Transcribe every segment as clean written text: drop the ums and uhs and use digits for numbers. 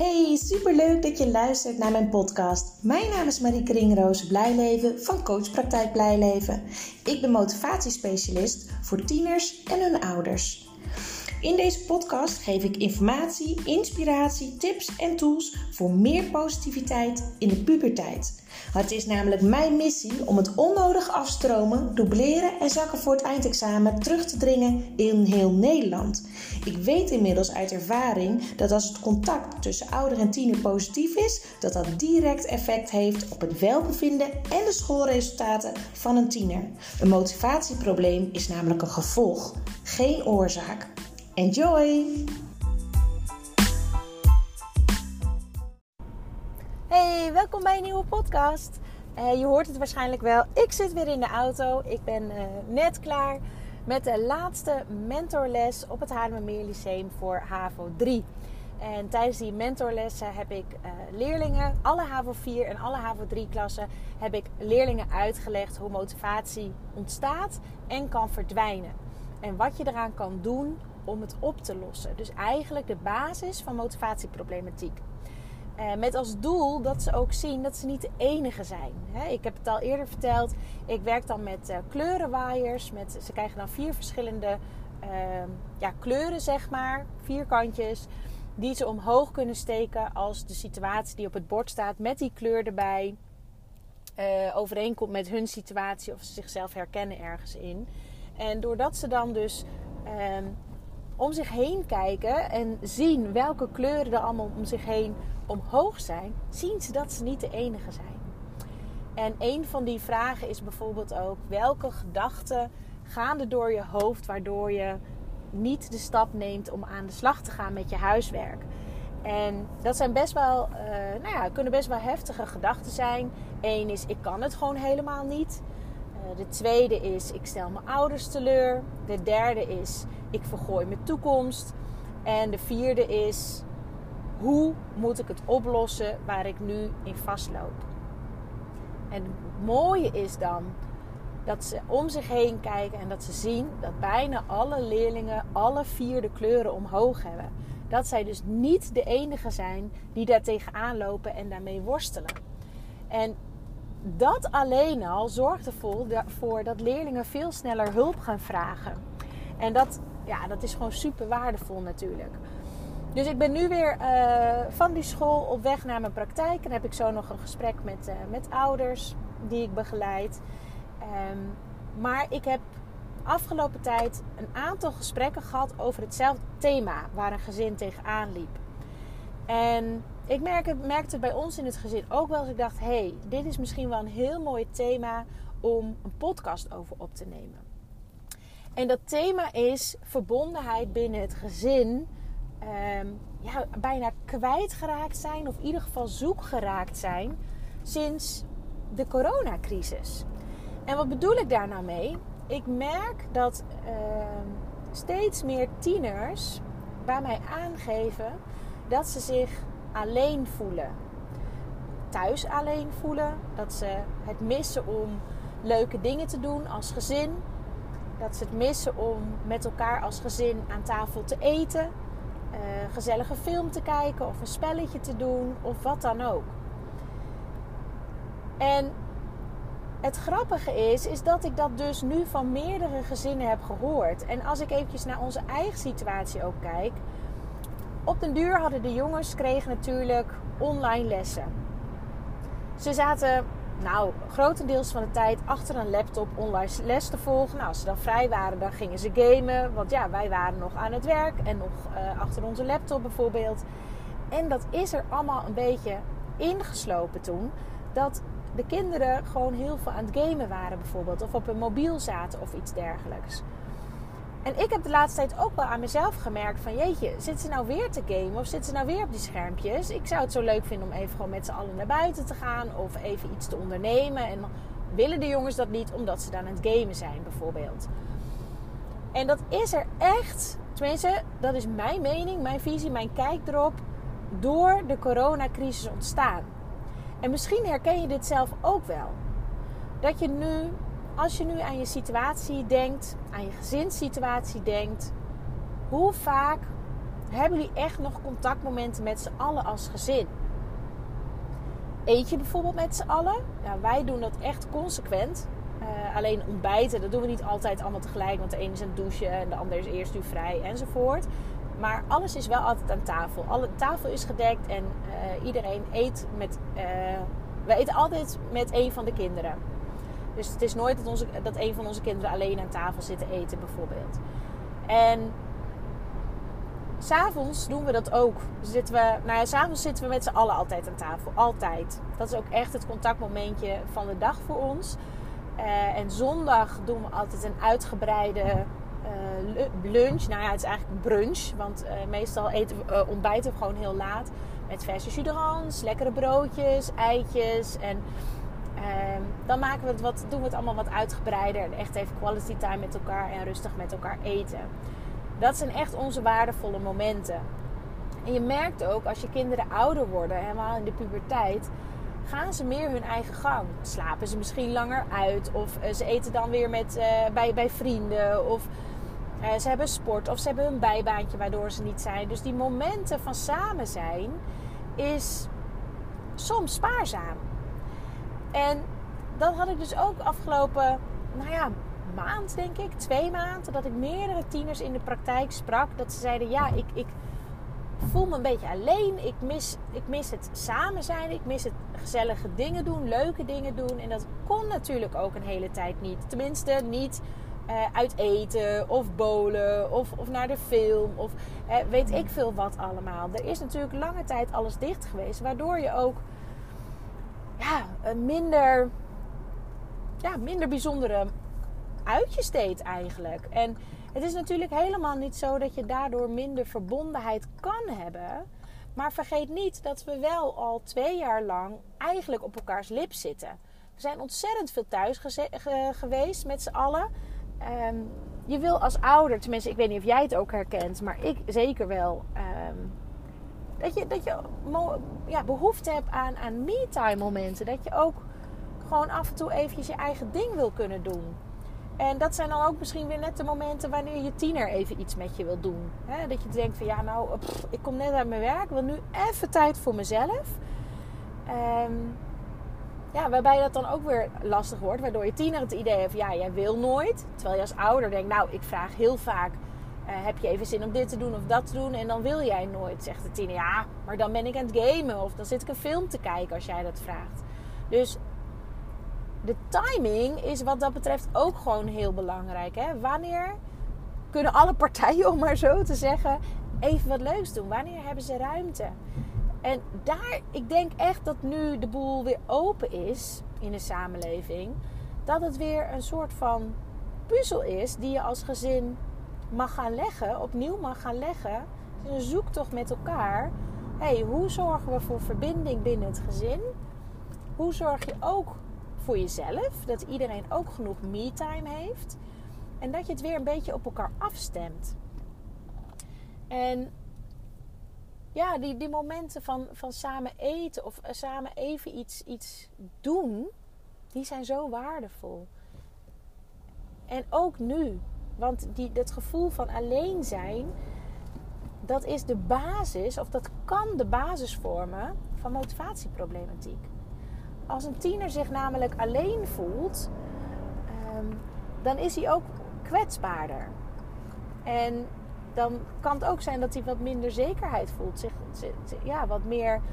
Hey, superleuk dat je luistert naar mijn podcast. Mijn naam is Marieke Ringroos Blijleven van Coachpraktijk Blijleven. Ik ben motivatiespecialist voor tieners en hun ouders. In deze podcast geef ik informatie, inspiratie, tips en tools voor meer positiviteit in de puberteit. Het is namelijk mijn missie om het onnodig afstromen, dubleren en zakken voor het eindexamen terug te dringen in heel Nederland. Ik weet inmiddels uit ervaring dat als het contact tussen ouder en tiener positief is, dat dat direct effect heeft op het welbevinden en de schoolresultaten van een tiener. Een motivatieprobleem is namelijk een gevolg, geen oorzaak. Enjoy! Hey, welkom bij een nieuwe podcast. Je hoort het waarschijnlijk wel. Ik zit weer in de auto. Ik ben net klaar met de laatste mentorles op het Haarlemmermeer Lyceum voor HAVO 3. En tijdens die mentorlessen heb ik leerlingen, alle HAVO 4 en alle HAVO 3 klassen, heb ik leerlingen uitgelegd hoe motivatie ontstaat en kan verdwijnen. En wat je eraan kan doen om het op te lossen. Dus eigenlijk de basis van motivatieproblematiek. Met als doel dat ze ook zien dat ze niet de enige zijn. Ik heb het al eerder verteld. Ik werk dan met kleurenwaaiers. Ze krijgen dan 4 verschillende kleuren, zeg maar. Vierkantjes. Die ze omhoog kunnen steken als de situatie die op het bord staat met die kleur erbij overeenkomt met hun situatie. Of ze zichzelf herkennen ergens in. En doordat ze dan dus om zich heen kijken en zien welke kleuren er allemaal om zich heen omhoog zijn, zien ze dat ze niet de enige zijn. En een van die vragen is bijvoorbeeld ook: welke gedachten gaan er door je hoofd waardoor je niet de stap neemt om aan de slag te gaan met je huiswerk? En dat zijn best wel, kunnen best wel heftige gedachten zijn. Eén is: ik kan het gewoon helemaal niet. De tweede is: ik stel mijn ouders teleur. De derde is: ik vergooi mijn toekomst. En de vierde is: hoe moet ik het oplossen waar ik nu in vastloop? En het mooie is dan dat ze om zich heen kijken en dat ze zien dat bijna alle leerlingen alle 4 de kleuren omhoog hebben. Dat zij dus niet de enige zijn die daar tegenaan lopen en daarmee worstelen. En dat alleen al zorgt ervoor dat leerlingen veel sneller hulp gaan vragen. En dat is gewoon super waardevol natuurlijk. Dus ik ben nu weer van die school op weg naar mijn praktijk. En dan heb ik zo nog een gesprek met ouders die ik begeleid. Maar ik heb afgelopen tijd een aantal gesprekken gehad over hetzelfde thema waar een gezin tegenaan liep. En ik merkte bij ons in het gezin ook wel eens. Ik dacht, dit is misschien wel een heel mooi thema om een podcast over op te nemen. En dat thema is verbondenheid binnen het gezin. Bijna kwijtgeraakt zijn, of in ieder geval zoekgeraakt zijn sinds de coronacrisis. En wat bedoel ik daar nou mee? Ik merk dat steeds meer tieners bij mij aangeven dat ze zich alleen voelen. Thuis alleen voelen. Dat ze het missen om leuke dingen te doen als gezin. Dat ze het missen om met elkaar als gezin aan tafel te eten. Gezellige film te kijken of een spelletje te doen of wat dan ook. En het grappige is dat ik dat dus nu van meerdere gezinnen heb gehoord. En als ik eventjes naar onze eigen situatie ook kijk. Op den duur hadden de jongens kregen natuurlijk online lessen. Ze zaten grotendeels van de tijd achter een laptop online les te volgen. Als ze dan vrij waren, dan gingen ze gamen. Want wij waren nog aan het werk en nog achter onze laptop bijvoorbeeld. En dat is er allemaal een beetje ingeslopen toen. Dat de kinderen gewoon heel veel aan het gamen waren bijvoorbeeld. Of op een mobiel zaten of iets dergelijks. En ik heb de laatste tijd ook wel aan mezelf gemerkt van zitten ze nou weer te gamen of zitten ze nou weer op die schermpjes? Ik zou het zo leuk vinden om even gewoon met z'n allen naar buiten te gaan of even iets te ondernemen. En dan willen de jongens dat niet omdat ze dan aan het gamen zijn bijvoorbeeld. En dat is er echt, tenminste dat is mijn mening, mijn visie, mijn kijk erop, door de coronacrisis ontstaan. En misschien herken je dit zelf ook wel. Dat je nu, als je nu aan je situatie denkt, aan je gezinssituatie denkt, hoe vaak hebben jullie echt nog contactmomenten met z'n allen als gezin? Eet je bijvoorbeeld met z'n allen? Ja, wij doen dat echt consequent. Alleen ontbijten, dat doen we niet altijd allemaal tegelijk. Want de ene is aan het douchen en de ander is eerst nu vrij enzovoort. Maar alles is wel altijd aan tafel. Alle tafel is gedekt en iedereen eet met... we eten altijd met een van de kinderen. Dus het is nooit dat een van onze kinderen alleen aan tafel zit te eten bijvoorbeeld. En 's avonds doen we dat ook. S'avonds zitten we met z'n allen altijd aan tafel. Altijd. Dat is ook echt het contactmomentje van de dag voor ons. En zondag doen we altijd een uitgebreide lunch. Nou ja, het is eigenlijk brunch. Want meestal ontbijten we gewoon heel laat. Met verse jus d'orange, lekkere broodjes, eitjes. En dan doen we het allemaal wat uitgebreider. En echt even quality time met elkaar en rustig met elkaar eten. Dat zijn echt onze waardevolle momenten. En je merkt ook, als je kinderen ouder worden, helemaal in de puberteit, gaan ze meer hun eigen gang. Slapen ze misschien langer uit. Of ze eten dan weer bij vrienden. Of ze hebben sport. Of ze hebben een bijbaantje waardoor ze niet zijn. Dus die momenten van samen zijn is soms spaarzaam. En dat had ik dus ook afgelopen, maand denk ik, 2 maanden, dat ik meerdere tieners in de praktijk sprak. Dat ze zeiden, ja, ik voel me een beetje alleen. Ik mis het samen zijn. Ik mis het gezellige dingen doen, leuke dingen doen. En dat kon natuurlijk ook een hele tijd niet. Tenminste, niet uit eten of bowlen of naar de film. Of weet ik veel wat allemaal. Er is natuurlijk lange tijd alles dicht geweest. Waardoor je ook minder bijzondere uitjes deed eigenlijk. En het is natuurlijk helemaal niet zo dat je daardoor minder verbondenheid kan hebben. Maar vergeet niet dat we wel al 2 jaar lang eigenlijk op elkaars lip zitten. We zijn ontzettend veel thuis geweest met z'n allen. Je wil als ouder, tenminste ik weet niet of jij het ook herkent, maar ik zeker wel, dat je behoefte hebt aan me-time momenten. Dat je ook gewoon af en toe eventjes je eigen ding wil kunnen doen. En dat zijn dan ook misschien weer net de momenten wanneer je tiener even iets met je wil doen. Dat je denkt van ik kom net uit mijn werk, ik wil nu even tijd voor mezelf. Waarbij dat dan ook weer lastig wordt. Waardoor je tiener het idee heeft, jij wil nooit. Terwijl je als ouder denkt, ik vraag heel vaak, heb je even zin om dit te doen of dat te doen? En dan wil jij nooit, zegt de tiener. Ja, maar dan ben ik aan het gamen of dan zit ik een film te kijken als jij dat vraagt. Dus de timing is wat dat betreft ook gewoon heel belangrijk. Hè? Wanneer kunnen alle partijen, om maar zo te zeggen, even wat leuks doen? Wanneer hebben ze ruimte? En ik denk echt dat nu de boel weer open is in de samenleving, dat het weer een soort van puzzel is die je als gezin mag gaan leggen, opnieuw mag gaan leggen. Dus een zoektocht met elkaar. Hoe zorgen we voor verbinding binnen het gezin? Hoe zorg je ook voor jezelf, dat iedereen ook genoeg me-time heeft en dat je het weer een beetje op elkaar afstemt. En die momenten van samen eten of samen even iets doen, die zijn zo waardevol. En ook nu, want dat gevoel van alleen zijn, dat is de basis, of dat kan de basis vormen van motivatieproblematiek. Als een tiener zich namelijk alleen voelt, dan is hij ook kwetsbaarder. En dan kan het ook zijn dat hij wat minder zekerheid voelt. Wat meer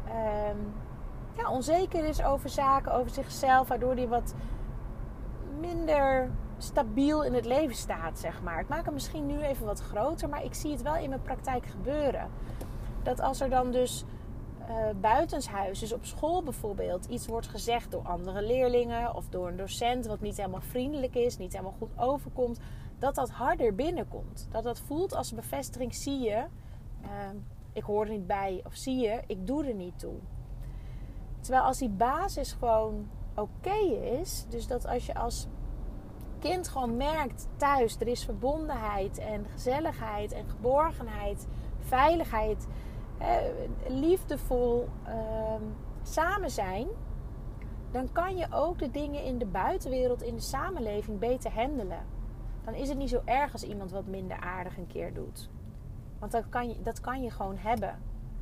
onzeker is over zaken, over zichzelf. Waardoor hij wat minder stabiel in het leven staat, zeg maar. Ik maak hem misschien nu even wat groter, maar ik zie het wel in mijn praktijk gebeuren. Dat als er dan dus buitenshuis, dus op school bijvoorbeeld, iets wordt gezegd door andere leerlingen of door een docent wat niet helemaal vriendelijk is, niet helemaal goed overkomt, dat harder binnenkomt. Dat voelt als bevestiging, zie je, ik hoor er niet bij, of zie je, ik doe er niet toe. Terwijl als die basis gewoon oké is, dus dat als je als kind gewoon merkt thuis, er is verbondenheid en gezelligheid en geborgenheid, veiligheid, liefdevol samen zijn, dan kan je ook de dingen in de buitenwereld, in de samenleving beter handelen. Dan is het niet zo erg als iemand wat minder aardig een keer doet. Want dat kan je gewoon hebben.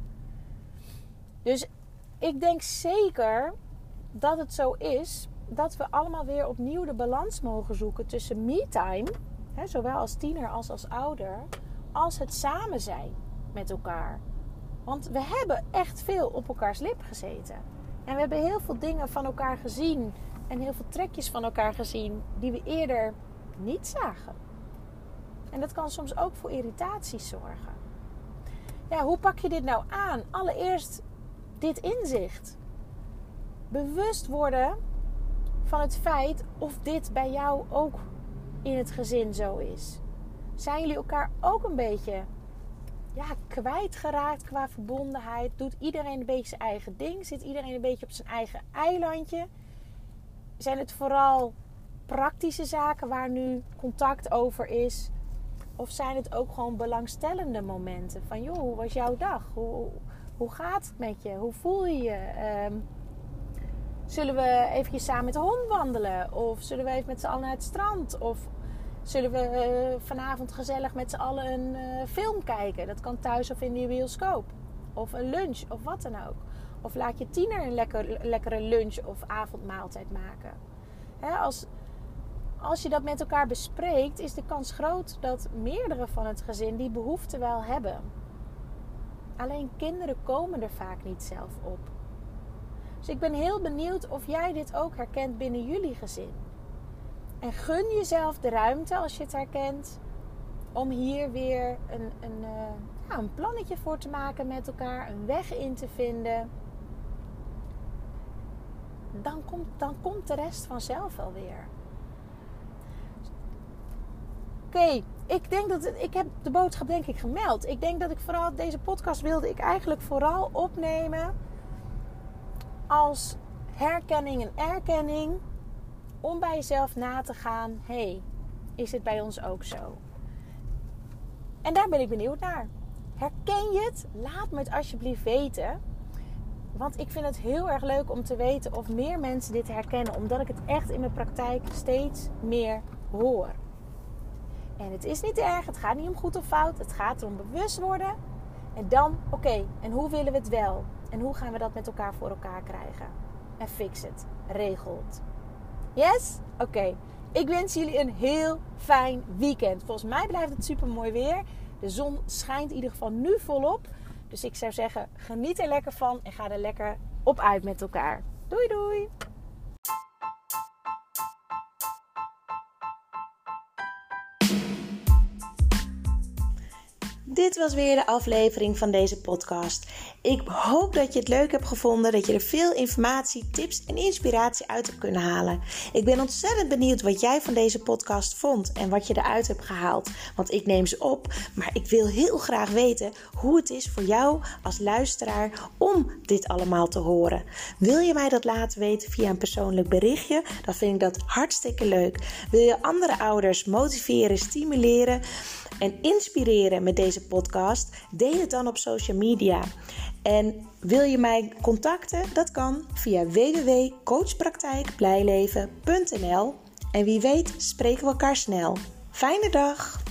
Dus ik denk zeker dat het zo is dat we allemaal weer opnieuw de balans mogen zoeken tussen me-time, zowel als tiener als ouder, als het samen zijn met elkaar. Want we hebben echt veel op elkaars lip gezeten. En we hebben heel veel dingen van elkaar gezien en heel veel trekjes van elkaar gezien die we eerder niet zagen. En dat kan soms ook voor irritaties zorgen. Ja, hoe pak je dit nou aan? Allereerst dit inzicht. Bewust worden van het feit of dit bij jou ook in het gezin zo is. Zijn jullie elkaar ook een beetje kwijtgeraakt qua verbondenheid? Doet iedereen een beetje zijn eigen ding? Zit iedereen een beetje op zijn eigen eilandje? Zijn het vooral praktische zaken waar nu contact over is? Of zijn het ook gewoon belangstellende momenten? Van joh, hoe was jouw dag? Hoe gaat het met je? Hoe voel je je? Zullen we eventjes samen met de hond wandelen? Of zullen we even met z'n allen naar het strand? Of zullen we vanavond gezellig met z'n allen een film kijken? Dat kan thuis of in de bioscoop. Of een lunch of wat dan ook. Of laat je tiener een lekkere lunch of avondmaaltijd maken. Als je dat met elkaar bespreekt, is de kans groot dat meerdere van het gezin die behoefte wel hebben. Alleen kinderen komen er vaak niet zelf op. Dus ik ben heel benieuwd of jij dit ook herkent binnen jullie gezin. En gun jezelf de ruimte als je het herkent om hier weer een plannetje voor te maken met elkaar, een weg in te vinden. Dan komt de rest vanzelf wel weer. Oké, ik heb de boodschap denk ik gemeld. Ik denk dat ik vooral deze podcast wilde ik eigenlijk vooral opnemen als herkenning en erkenning om bij jezelf na te gaan. Is het bij ons ook zo? En daar ben ik benieuwd naar. Herken je het? Laat me het alsjeblieft weten. Want ik vind het heel erg leuk om te weten of meer mensen dit herkennen. Omdat ik het echt in mijn praktijk steeds meer hoor. En het is niet erg. Het gaat niet om goed of fout. Het gaat erom bewust worden. En dan, en hoe willen we het wel? En hoe gaan we dat met elkaar voor elkaar krijgen? En fix het. Regel het. Yes? Oké. Ik wens jullie een heel fijn weekend. Volgens mij blijft het super mooi weer. De zon schijnt in ieder geval nu volop. Dus ik zou zeggen, geniet er lekker van en ga er lekker op uit met elkaar. Doei doei! Dit was weer de aflevering van deze podcast. Ik hoop dat je het leuk hebt gevonden, dat je er veel informatie, tips en inspiratie uit hebt kunnen halen. Ik ben ontzettend benieuwd wat jij van deze podcast vond en wat je eruit hebt gehaald. Want ik neem ze op, maar ik wil heel graag weten hoe het is voor jou als luisteraar om dit allemaal te horen. Wil je mij dat laten weten via een persoonlijk berichtje? Dan vind ik dat hartstikke leuk. Wil je andere ouders motiveren, stimuleren en inspireren met deze podcast? Deel het dan op social media. En wil je mij contacten? Dat kan via www.coachpraktijkblijleven.nl. En wie weet spreken we elkaar snel. Fijne dag!